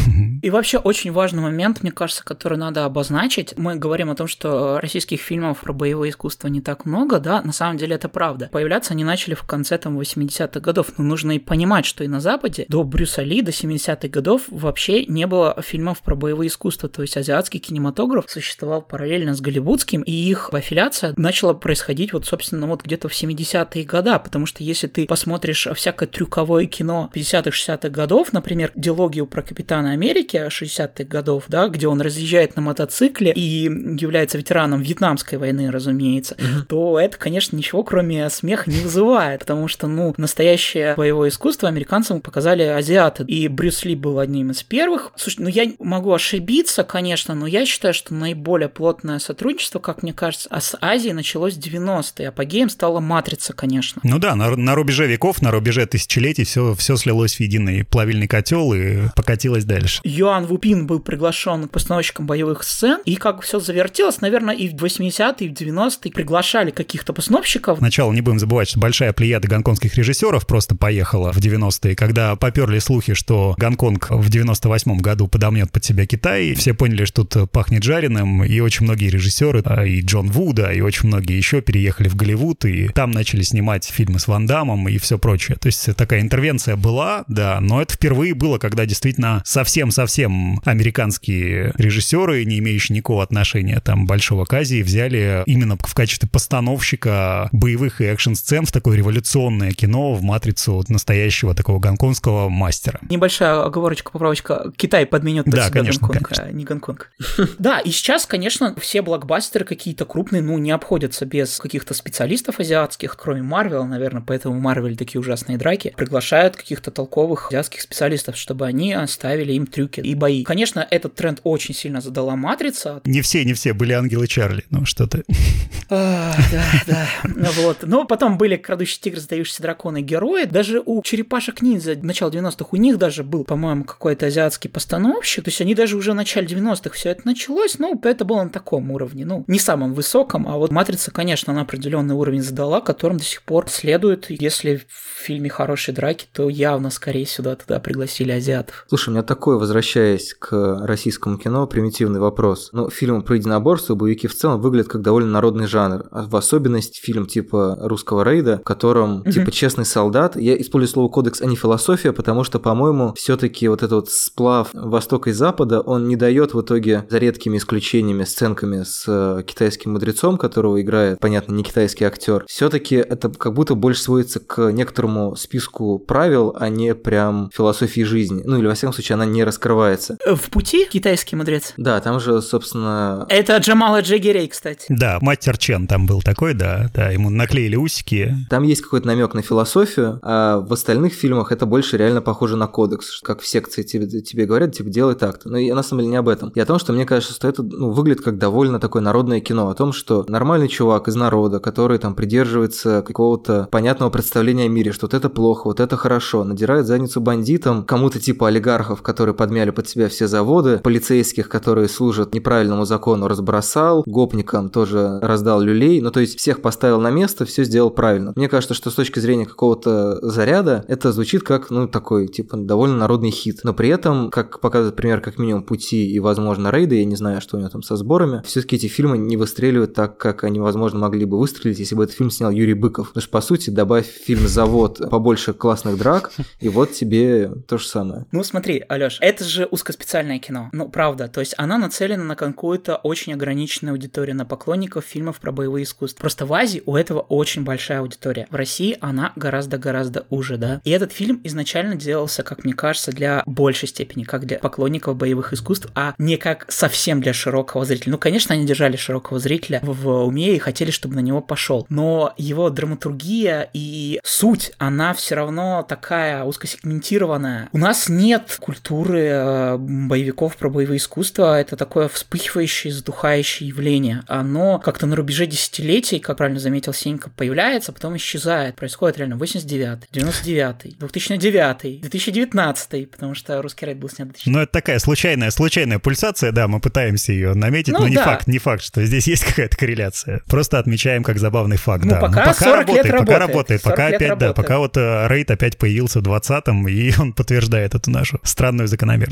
И вообще очень важный момент, мне кажется, который надо обозначить. Мы говорим о том, что российских фильмов про боевое искусство не так много, да, на самом деле это правда. Появляться они начали в конце там восьмидесятых годов, но нужно и понимать, что и на Западе до Брюса Ли, до семидесятых годов вообще не было фильмов про боевое искусство, то есть азиатский кинематограф существовал параллельно с голливудским, и их аффилиация начала происходить вот, собственно, вот где-то в семидесятые годы, потому что если ты посмотришь всякое трюковое кино пятидесятых-шестидесятых годов, например, дилогию про Капитана Америки шестидесятых годов, да, где он разъезжает на мотоцикле и является ветераном Вьетнамской войны, разумеется, mm-hmm. то это, конечно, ничего кроме смеха не вызывает, потому что, ну, настоящее боевое искусство американцам показали азиаты, и Брюс Ли был одним из первых. Слушай, ну я могу ошибиться, конечно, но я считаю, что наиболее плотное сотрудничество, как мне кажется, с Азией началось в девяностые, апогеем стала «Матрица», конечно. Ну да, на, на рубеже веков, на рубеже тысячелетий все, все слилось в единый плавильный котел и покатилось дальше. Юан Вупин был приглашен к постановщикам боевых сцен, и как все завертелось, наверное, и в восьмидесятые, и в девяностые приглашали каких-то постановщиков. Сначала не будем забывать, что большая плеяда гонконгских режиссеров просто поехала в девяностые, когда поперли слухи, что Гонконг в девяносто восьмом году подомнет под себя Китай. Все поняли, что тут пахнет жареным, и очень многие режиссеры, и Джон Ву, да, и очень многие еще переехали в Голливуд, и там начали снимать фильмы с Ван Даммом и все прочее. То есть такая интервенция была, да, но это впервые было, когда действительно совсем-совсем американские режиссеры, не имеющие никакого отношения там большого к Азии, взяли именно в качестве постановщика боевых и экшн-сцен в такое революционное кино, в матрицу настоящего такого гонконгского мастера. Небольшая оговорочка, поправочка. Китай подменет под да, себя конечно, Гонконг, конечно. а не Гонконг. Да, и сейчас, конечно, все блокбастеры какие-то крупные, ну, не обходятся без каких-то специалистов азиатских, кроме Марвел, наверное, поэтому Марвел такие ужасные драки, приглашают каких-то толковых азиатских специалистов, чтобы они оставили им трюки и бои. Конечно, этот тренд очень сильно задала «Матрица». Не все, не все были ангелы Чарли, ну что-то. Да, да, вот. Но потом были «Крадущий тигр», «Сдающиеся драконы», герои. Даже у «Черепашек-ниндзя» начала девяностых у них даже был, по-моему, какой-то азиатский постановщик. То есть они даже уже в начале девяностых все это началось, но это было на таком уровне. Ну, не самом высоком, а вот «Матрица», конечно, она определенный уровень задала, которым до сих пор следует. Если в фильме хорошие драки, то явно скорее сюда туда пригласили азиатов. Слушай, у меня такой, возвращаясь к российскому кино, примитивный вопрос. Ну, фильмы про единоборство, боевики в целом выглядят как довольно народный жанр. А в особенности фильм типа «Русского рейда», в котором mm-hmm. типа «Честный солдат». Я использую слово «кодекс», а не «философия», потому что, по-моему, все-таки вот этот вот сплав Востока и Запада, он не дает в итоге, за редкими исключениями, сценками с китайским мудрецом, которого играет, понятно, не китайский актер. Все-таки это как будто больше сводится к некоторому списку правил, а не прям философии жизни. Ну или, во всяком случае, она не раскрывается. В «Пути» китайский мудрец? Да, там же, собственно... Это Джамала Джагирей, кстати. Да, мастер Чен там был такой, да, да, ему наклеили усики. Там есть какой-то намек на философию, а в остальных фильмах это больше реально похоже на кодекс, как в секции тебе, тебе говорят, типа, делай так-то. Но я на самом деле не об этом. И о том, что мне кажется, что это ну, выглядит как довольно такое народное кино, о том, что нормальный чувак из народа, который там придерживается какого-то понятного представления о мире, что вот это плохо, вот это хорошо, надирает задницу бандитам, кому-то типа олигархов, которые подмяли под себя все заводы, полицейских, которые служат неправильному закону, разбросал, гопникам тоже раздал люлей, ну то есть всех поставил на место, все сделал правильно. Мне кажется, что с точки зрения какого-то заряда это звучит как, ну, такой, типа, довольно народный хит. Но при этом, как показывает пример как минимум «Пути» и, возможно, «Рейда», я не знаю, что у него там со сборами, все-таки эти фильмы не выстреливают так, как они, возможно, могли бы выстрелить, если бы этот фильм снял Юрий Быков. Потому что, по сути, добавь в фильм «Завод» побольше классных драк, и вот тебе то же самое. Ну, смотри, Алёш, это же узкоспециальное кино. Ну, правда, то есть она нацелена на какую-то очень ограниченную аудиторию, на поклонников фильмов про боевые искусства. Просто в Азии у этого очень большая аудитория. В России она гораздо-гораздо уже, да. И этот фильм изначально делался, как мне кажется, для большей степени, как для поклонников боевых искусств, а не как совсем для широкого зрителя. Ну, конечно, они держали широкого зрителя в уме и хотели, чтобы на него пошел. Но его драматургия и суть, она все равно такая узкосегментированная. У нас нет культуры э, боевиков про боевые искусства. Это такое вспыхивающее, затухающее явление. Оно как-то на рубеже десятилетий, как правильно заметил Сенька, появляется, потом исчезает. Происходит реально восемьдесят девятый, девяносто девятый, две тысячи девятый, две тысячи девятнадцатый, потому что «Русский рейд» был снят в две тысячи девятнадцатом. Ну, это такая случайная, случайная пульсация, да, мы пытаемся ее наметить, ну, но не да. факт, не факт, что здесь есть какая-то корреляция. Просто отмечаем как забавный факт, ну, да. Пока, ну, пока работает, лет пока работает, работает, пока опять, работает. да, пока вот рейд опять появился в двадцатом, и он подтверждает эту нашу странную закономерность.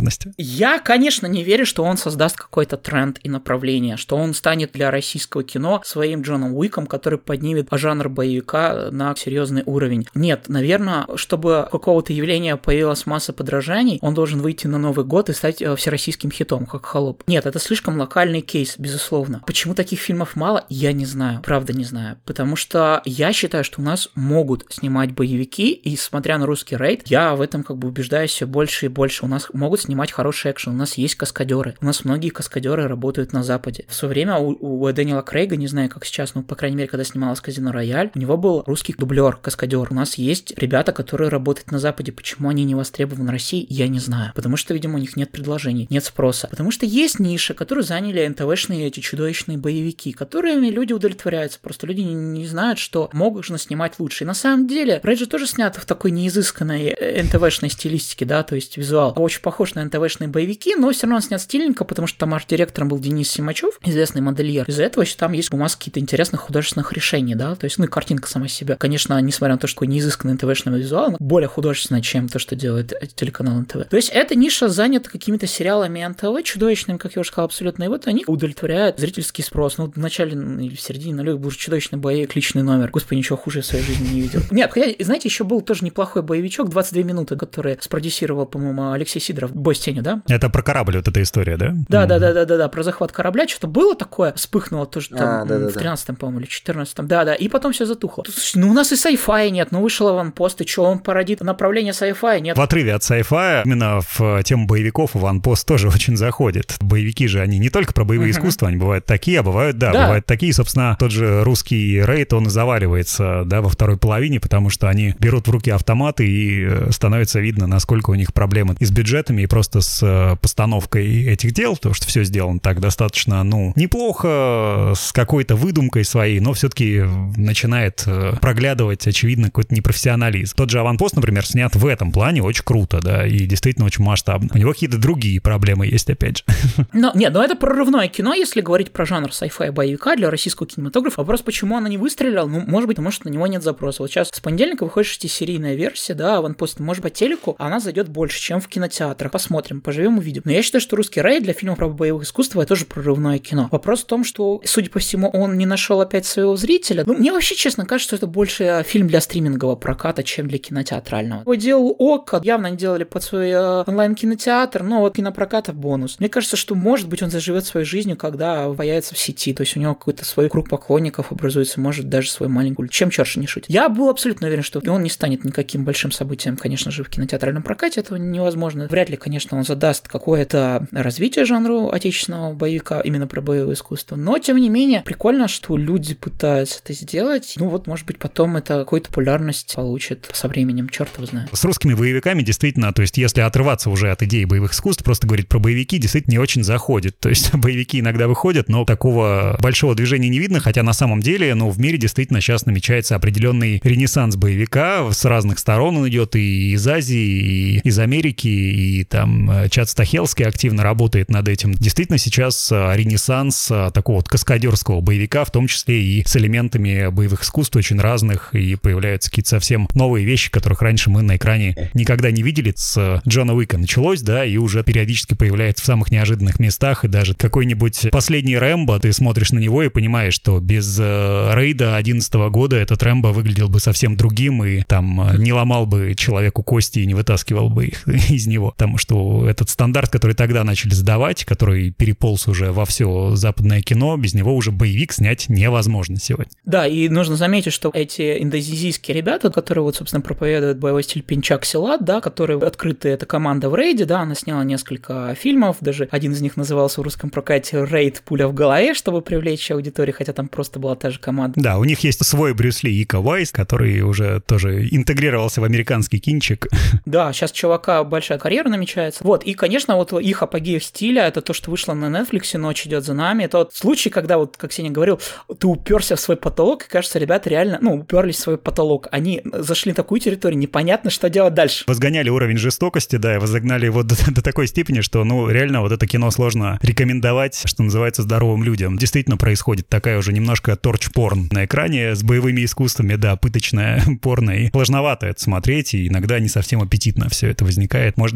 возможности. Я, конечно, не верю, что он создаст какой-то тренд и направление, что он станет для российского кино своим Джоном Уиком, который поднимет жанр боевика на серьезный уровень. Нет, наверное, чтобы какого-то явления появилась масса подражаний, он должен выйти на Новый год и стать всероссийским хитом, как «Холоп». Нет, это слишком локальный кейс, безусловно. Почему таких фильмов мало, я не знаю, правда не знаю. Потому что я считаю, что у нас могут снимать боевики, и смотря на русский рейд, я в этом как бы убеждаюсь все больше и больше. У нас могут снимать хороший экшен, у нас есть каскадеры, у нас многие каскадеры работают на Западе. В свое время у, у Дэниела Крейга, не знаю, как сейчас, но, по крайней мере, когда снималась «Казино Рояль», у него был русский дублер, каскадер. У нас есть ребята, которые работают на Западе. Почему они не востребованы в России, я не знаю. Потому что, видимо, у них нет предложений, нет спроса. Потому что есть ниша, которую заняли эн тэ вэ-шные эти чудовищные боевики, которыми люди удовлетворяются. Просто люди не, не знают, что можно снимать лучше. И на самом деле, Рейд же тоже снят в такой неизысканной эн тэ вэ-шной стилистике, да, то есть визуал очень похож на эн тэ вэ-шные боевики, но все равно он снят стильненько, потому что там арт-директором был Денис Симачев, известный модельер. Из-за этого там есть у нас какие-то интересных художественных решений, да, то есть, ну и картинка сама себя. Конечно, несмотря на то, что такой неизысканный эн тэ вэ-шный визуал, она более художественная, чем то, что делает телеканал эн тэ вэ. То есть, эта ниша занята какими-то сериалами эн тэ вэ, чудовищными, как я уже сказал, абсолютно, и вот они удовлетворяют зрительский спрос. Ну, в начале или в середине нулевых был чудовищный боевик «Личный номер». Господи, ничего хуже в своей жизни не видел. Нет, хотя, знаете, еще был тоже неплохой боевичок «двадцать две минуты», который спродюсировал, по-моему, Алексей Сидоров, «Бой с тенью», да? Это про корабль вот эта история, да? Да, да, да, да, да, да, про захват корабля. Что-то было такое, вспыхнуло тоже там а, да, да, в тринадцатом, по-моему, или четырнадцатом. Да, да, и потом все затухло. Ну, у нас и сайфая нет, ну, вышел аванпост, и что, он породит направление сайфая? Нет. В отрыве от сайфая именно в тему боевиков аванпост тоже очень заходит. Боевики же, они не только про боевые uh-huh. искусства, они бывают такие, а бывают, да, да, бывают такие. Собственно, тот же русский рейд, он и заваривается, да, во второй половине, потому что они берут в руки автоматы, и становится видно, насколько у них проблемы и с бюджетами, и просто с постановкой этих дел, потому что все сделано так достаточно, ну, неплохо, с какой-то выдумкой своей, но все-таки начинает проглядывать, очевидно, какой-то непрофессионализм. Тот же «Аванпост», например, снят в этом плане очень круто, да, и действительно очень масштабно. У него какие-то другие проблемы есть, опять же. Но, нет, но это прорывное кино, если говорить про жанр сайфай боевика для российского кинематографа. Вопрос, почему оно не выстрелило, ну, может быть, потому что на него нет запроса. Вот сейчас с понедельника выходит шестисерийная версия, да, «Аванпост», может быть, телеку, она зайдет больше, чем в кинотеатрах. Посмотрим, поживем, увидим. Но я считаю, что «Русский рейд» для фильмов про боевых искусств это тоже прорывное кино. Вопрос в том, что, судя по всему, он не нашел опять своего зрителя. Ну, мне вообще, честно, кажется, что это больше фильм для стримингового проката, чем для кинотеатрального. Его делал ОККО, явно они делали под свой э, онлайн-кинотеатр, но вот кинопроката бонус. Мне кажется, что, может быть, он заживет своей жизнью, когда появится в сети, то есть у него какой-то свой круг поклонников образуется, может, даже свой маленький. Чем черт не шутит. Я был абсолютно уверен, что он не станет никаким большим событием, конечно же, в кинотеатральном прокате, этого невозможно. Вряд ли, конечно, он задаст какое-то развитие жанру отечественного боевика, именно про боевое искусство, но, тем не менее, прикольно, что люди пытаются это сделать. Ну вот, может быть, потом это какую-то популярность получит со временем, черт его знает. С русскими боевиками действительно, то есть если отрываться уже от идеи боевых искусств, просто говорить про боевики действительно не очень заходит. То есть боевики иногда выходят, но такого большого движения не видно, хотя на самом деле, ну, в мире действительно сейчас намечается определенный ренессанс боевика, с разных сторон он идет, и из Азии, и из Америки, и там Чад Стахелский активно работает над этим. Действительно сейчас ренессанс такого вот каскадерского боевика, в том числе и с элементами боевых искусств очень разных, и появляются какие-то совсем новые вещи, которых раньше мы на экране никогда не видели. С Джона Уика началось, да, и уже периодически появляется в самых неожиданных местах, и даже какой-нибудь последний Рэмбо, ты смотришь на него и понимаешь, что без э, рейда одиннадцатого года этот Рэмбо выглядел бы совсем другим, и там не ломал бы человеку кости и не вытаскивал бы их из него, потому что этот стандарт, который тогда начали сдавать, который переполз уже во все западное кино, без него уже боевик снять невозможно сегодня. Да, и нужно заметить, что эти индонезийские ребята, которые вот, собственно, проповедуют боевой стиль Пинчак Силат, да, которые открыты, эта команда в рейде, да, она сняла несколько фильмов, даже один из них назывался в русском прокате «Рейд. Пуля в голове», чтобы привлечь аудиторию, хотя там просто была та же команда. Да, у них есть свой Брюс Ли, Ика Уайс, который уже тоже интегрировался в американский кинчик. Да, сейчас чувака большая карьера намечается. Вот, и, конечно, вот их апогей стиля, это то, что вышло на Netflix, «Ночь идет за нами». Это вот случай, когда, вот, как Сеня говорил, ты уперся в свой потолок, и, кажется, ребята реально, ну, уперлись в свой потолок. Они зашли на такую территорию, непонятно, что делать дальше. Возгоняли уровень жестокости, да, и возогнали его до, до такой степени, что, ну, реально вот это кино сложно рекомендовать, что называется, здоровым людям. Действительно происходит такая уже немножко торч-порн на экране с боевыми искусствами, да, пыточная порно, и сложновато это смотреть, и иногда не совсем аппетитно все это возникает. Может быть, это уже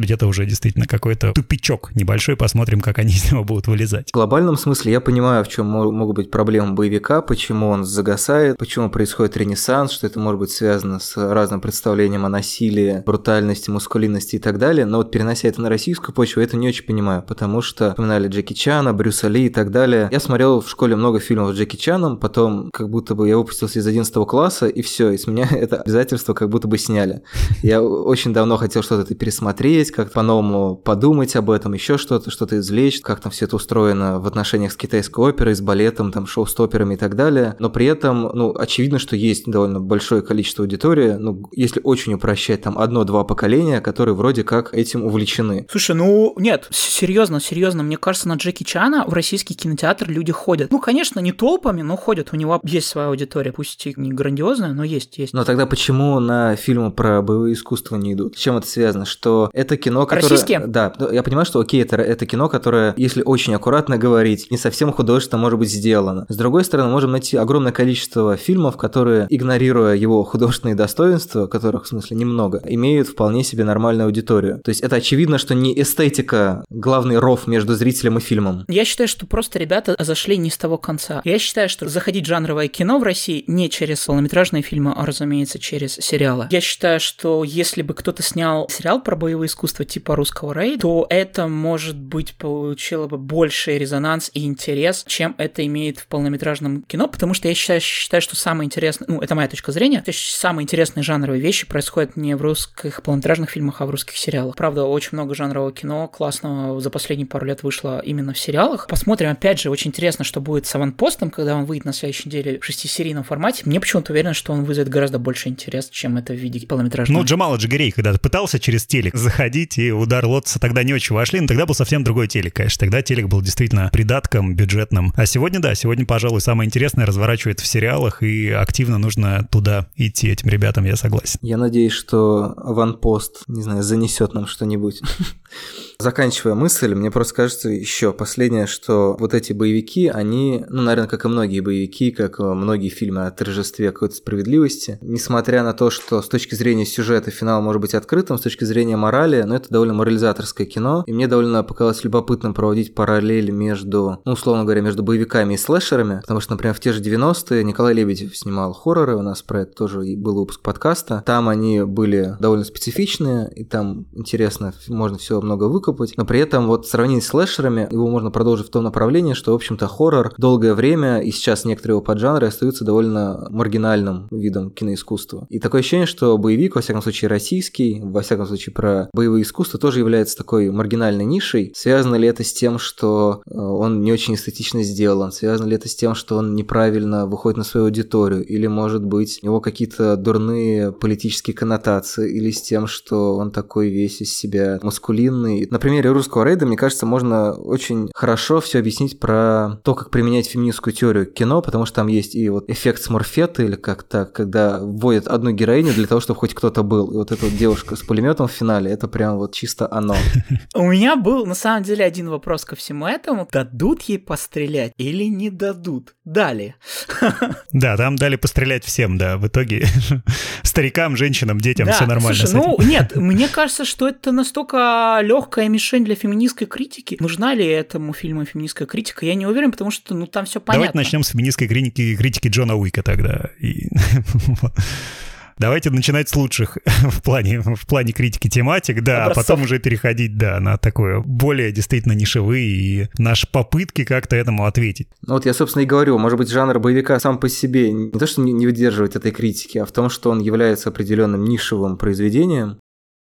действительно какой-то тупичок небольшой, посмотрим, как они из него будут вылезать. В глобальном смысле я понимаю, в чем могут быть проблемы боевика, почему он загасает, почему происходит ренессанс, что это может быть связано с разным представлением о насилии, брутальности, мускулинности и так далее, но вот перенося это на российскую почву, я это не очень понимаю, потому что вспоминали Джеки Чана, Брюса Ли и так далее. Я смотрел в школе много фильмов с Джеки Чаном, потом как будто бы я выпустился из одиннадцатого класса, и все, и с меня это обязательство как будто бы сняли. Я очень давно хотел что-то это пересмотреть, как-то по-новому подумать об этом, еще что-то, что-то извлечь, как там все это устроено в отношениях с китайской оперой, с балетом, там, шоу-стоперами и так далее. Но при этом, ну, очевидно, что есть довольно большое количество аудитории, ну, если очень упрощать, там, одно-два поколения, которые вроде как этим увлечены. Слушай, ну, нет, серьезно, серьезно, мне кажется, на Джеки Чана в российский кинотеатр люди ходят. Ну, конечно, не толпами, но ходят, у него есть своя аудитория, пусть и не грандиозная, но есть, есть. Но тогда почему на фильмы про боевые искусства не идут? С чем это связано? Что это кино, которое... Российские? Да, я понимаю, что окей, это, это кино, которое, если очень аккуратно говорить, не совсем художественно может быть сделано. С другой стороны, можем найти огромное количество фильмов, которые, игнорируя его художественные достоинства, которых, в смысле, немного, имеют вполне себе нормальную аудиторию. То есть это очевидно, что не эстетика главный ров между зрителем и фильмом. Я считаю, что просто ребята зашли не с того конца. Я считаю, что заходить в жанровое кино в России не через полнометражные фильмы, а, разумеется, через сериалы. Я считаю, что если бы кто-то снял сериал про боевые искусства типа русского Рейда, то это, может быть, получило бы больший резонанс и интерес, чем это имеет в полнометражном кино, потому что я считаю, считаю что самое интересное, ну, это моя точка зрения, то есть самые интересные жанровые вещи происходят не в русских полнометражных фильмах, а в русских сериалах. Правда, очень много жанрового кино классного за последние пару лет вышло именно в сериалах. Посмотрим, опять же, очень интересно, что будет с «Аванпостом», когда он выйдет на следующей неделе в шестисерийном формате. Мне почему-то уверен, что он вызовет гораздо больше интерес, чем это в виде полнометражного. Ну, Джамал Джигарей когда-то пытался через телек заходить, и «Удар Лотоса» тогда не очень вошли, но тогда был совсем другой телек, конечно. Тогда телек был действительно придатком бюджетным. А сегодня, да, сегодня, пожалуй, самое интересное разворачивается в сериалах, и активно нужно туда идти этим ребятам, я согласен. Я надеюсь, что «Аванпост», не знаю, занесет нам что-нибудь. Заканчивая мысль, мне просто кажется еще последнее, что вот эти боевики, они, ну, наверное, как и многие боевики, как и многие фильмы о торжестве какой-то справедливости, несмотря на то, что с точки зрения сюжета финал может быть открытым, с точки зрения морали, но это довольно морализаторское кино, и мне довольно показалось любопытным проводить параллель между, ну, условно говоря, между боевиками и слэшерами, потому что, например, в те же девяностые Николай Лебедев снимал хорроры, у нас про это тоже был выпуск подкаста, там они были довольно специфичные, и там интересно, можно все много выкопать, но при этом вот в сравнении с слэшерами его можно продолжить в том направлении, что, в общем-то, хоррор долгое время, и сейчас некоторые его поджанры остаются довольно маргинальным видом киноискусства. И такое ощущение, что боевик, во всяком случае российский, во всяком случае про боевые искусства, тоже является такой маргинальной нишей. Связано ли это с тем, что он не очень эстетично сделан? Связано ли это с тем, что он неправильно выходит на свою аудиторию? Или, может быть, у него какие-то дурные политические коннотации? Или с тем, что он такой весь из себя маскулинный? На примере русского Рейда, мне кажется, можно очень хорошо все объяснить про то, как применять феминистскую теорию к кино, потому что там есть и вот эффект Смурфетта, или как так, когда вводят одну героиню для того, чтобы хоть кто-то был. И вот эта вот девушка с пулеметом в финале, это прям вот чисто оно. У меня был, на самом деле, один вопрос ко всему этому. Дадут ей пострелять или не дадут? Дали. Да, там дали пострелять всем, да. В итоге старикам, женщинам, детям да, все нормально. Слушай, ну нет, мне кажется, что это настолько легкая мишень для феминистской критики. Нужна ли этому фильму феминистская критика? Я не уверен, потому что ну там все понятно. Давайте начнем с феминистской критики, критики Джона Уика тогда. И... Давайте начинать с лучших в плане, в плане критики тематик, да, образцов. А потом уже переходить, да, на такое более действительно нишевые и наши попытки как-то этому ответить. Ну вот я, собственно, и говорю, может быть, жанр боевика сам по себе не то, что не выдерживает этой критики, а в том, что он является определенным нишевым произведением.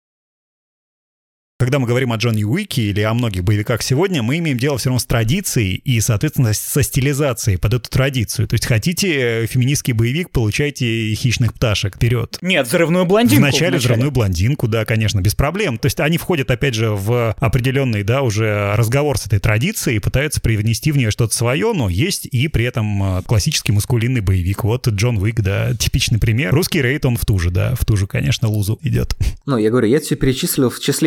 Когда мы говорим о Джоне Уике или о многих боевиках сегодня, мы имеем дело все равно с традицией и, соответственно, со стилизацией под эту традицию. То есть хотите феминистский боевик, получайте «Хищных пташек», вперед. Нет, «Взрывную блондинку». Вначале «Взрывную блондинку», да, конечно, без проблем. То есть они входят, опять же, в определенный, да, уже разговор с этой традицией и пытаются привнести в нее что-то свое, но есть и при этом классический маскулинный боевик. Вот Джон Уик, да, типичный пример. Русский Рейд, он в ту же, да, в ту же, конечно, лузу идет. Ну, я говорю, я это все перечислил в числе тех пунктов,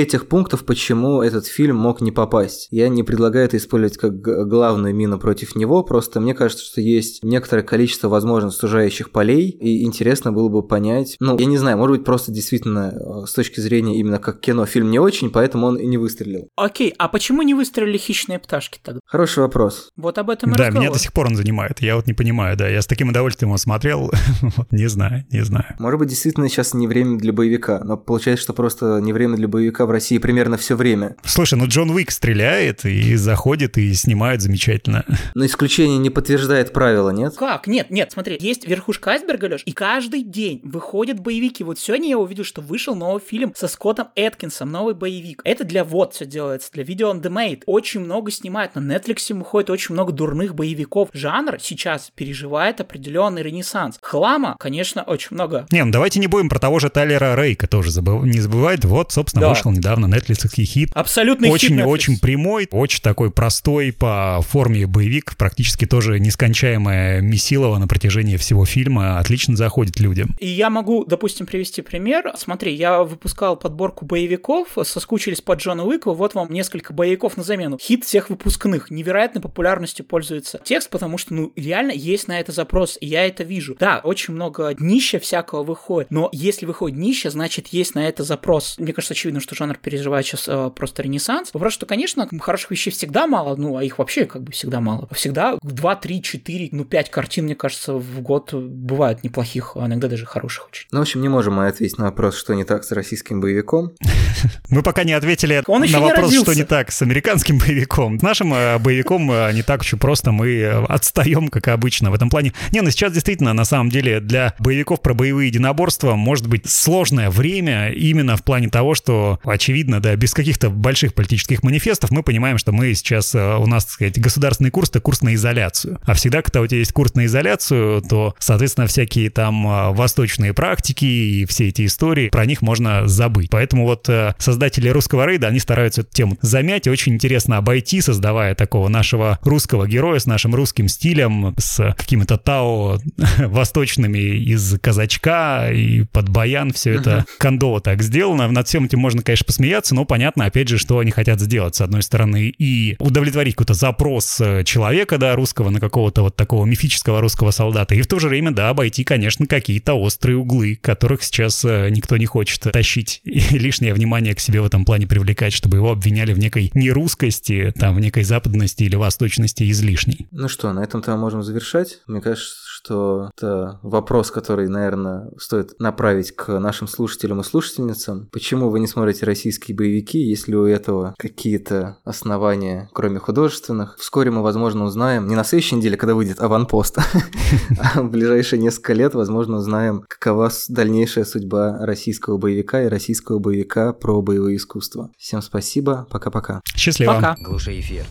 пунктов, почему этот фильм мог не попасть. Я не предлагаю это использовать как главную мину против него, просто мне кажется, что есть некоторое количество, возможно, сужающих полей, и интересно было бы понять, ну, я не знаю, может быть, просто действительно с точки зрения именно как кино фильм не очень, поэтому он и не выстрелил. Окей, а почему не выстрелили «Хищные пташки» тогда? Хороший вопрос. Вот об этом и Да, разговор. меня до сих пор он занимает, я вот не понимаю, да, я с таким удовольствием его смотрел, не знаю, не знаю. Может быть, действительно сейчас не время для боевика, но получается, что просто не время для боевика в России примерно все время. Слушай, ну Джон Уик стреляет и заходит, и снимает замечательно. Но исключение не подтверждает правила, нет? Как? Нет, нет, смотри, есть верхушка айсберга, Лёш, и каждый день выходят боевики. Вот сегодня я увидел, что вышел новый фильм со Скоттом Эткинсом, новый боевик. Это для вот все делается, для видео on demand. Очень много снимают, на Netflix выходит очень много дурных боевиков. Жанр сейчас переживает определенный ренессанс. Хлама, конечно, очень много. Не, ну давайте не будем про того же Тайлера Рейка тоже забыв... не забывать. Вот, собственно, Да. вышел недавно Netflix-ский хит. Абсолютный хит Очень, Netflix. очень прямой, очень такой простой по форме боевик, практически тоже нескончаемое месилово на протяжении всего фильма, отлично заходит людям. И я могу, допустим, привести пример. Смотри, я выпускал подборку боевиков, соскучились по Джону Уику, вот вам несколько боевиков на замену. Хит всех выпускных. Невероятной популярностью пользуется текст, потому что, ну, реально есть на это запрос, и я это вижу. Да, очень много днища всякого выходит, но если выходит днище, значит, есть на это запрос. Мне кажется, очевидно, что жанр переживает сейчас э, просто ренессанс. Вопрос, что, конечно, хороших вещей всегда мало, ну, а их вообще как бы всегда мало. Всегда два, три, четыре, ну, пять картин, мне кажется, в год бывает неплохих, а иногда даже хороших очень. Ну, в общем, не можем мы ответить на вопрос, что не так с российским боевиком. Мы пока не ответили Он еще на не вопрос, родился. что не так с американским боевиком. С нашим э, боевиком э, не так очень просто, мы э, отстаем, как обычно, в этом плане. Не, ну сейчас действительно, на самом деле, для боевиков про боевые единоборства может быть сложное время именно в плане того, что, очевидно, да, без каких-то больших политических манифестов мы понимаем, что мы сейчас, э, у нас, так сказать, государственный курс — это курс на изоляцию. А всегда, когда у тебя есть курс на изоляцию, то, соответственно, всякие там э, восточные практики и все эти истории, про них можно забыть. Поэтому вот э, создатели русского рейда, они стараются эту тему замять и очень интересно обойти, создавая такого нашего русского героя с нашим русским стилем, с какими-то тао восточными из казачка и под баян. Все это кондово так сделано. Над всем этим можно, конечно, посмеяться, но понятно, опять же, что они хотят сделать. С одной стороны, и удовлетворить какой-то запрос человека, да, русского, на какого-то вот такого мифического русского солдата, и в то же время, да, обойти, конечно, какие-то острые углы, которых сейчас никто не хочет тащить и лишнее внимание к себе в этом плане привлекать, чтобы его обвиняли в некой нерусскости, там, в некой западности или восточности излишней. Ну что, на этом-то мы можем завершать. Мне кажется, что это вопрос, который, наверное, стоит направить к нашим слушателям и слушательницам. Почему вы не смотрите российские боевики, если у этого какие-то основания, кроме художественных? Вскоре мы, возможно, узнаем, не на следующей неделе, когда выйдет «Аванпост», а в ближайшие несколько лет, возможно, узнаем, какова дальнейшая судьба российского боевика и российского боевика про боевые искусства. Всем спасибо, пока-пока. Счастливо. Пока. Глуши эфир.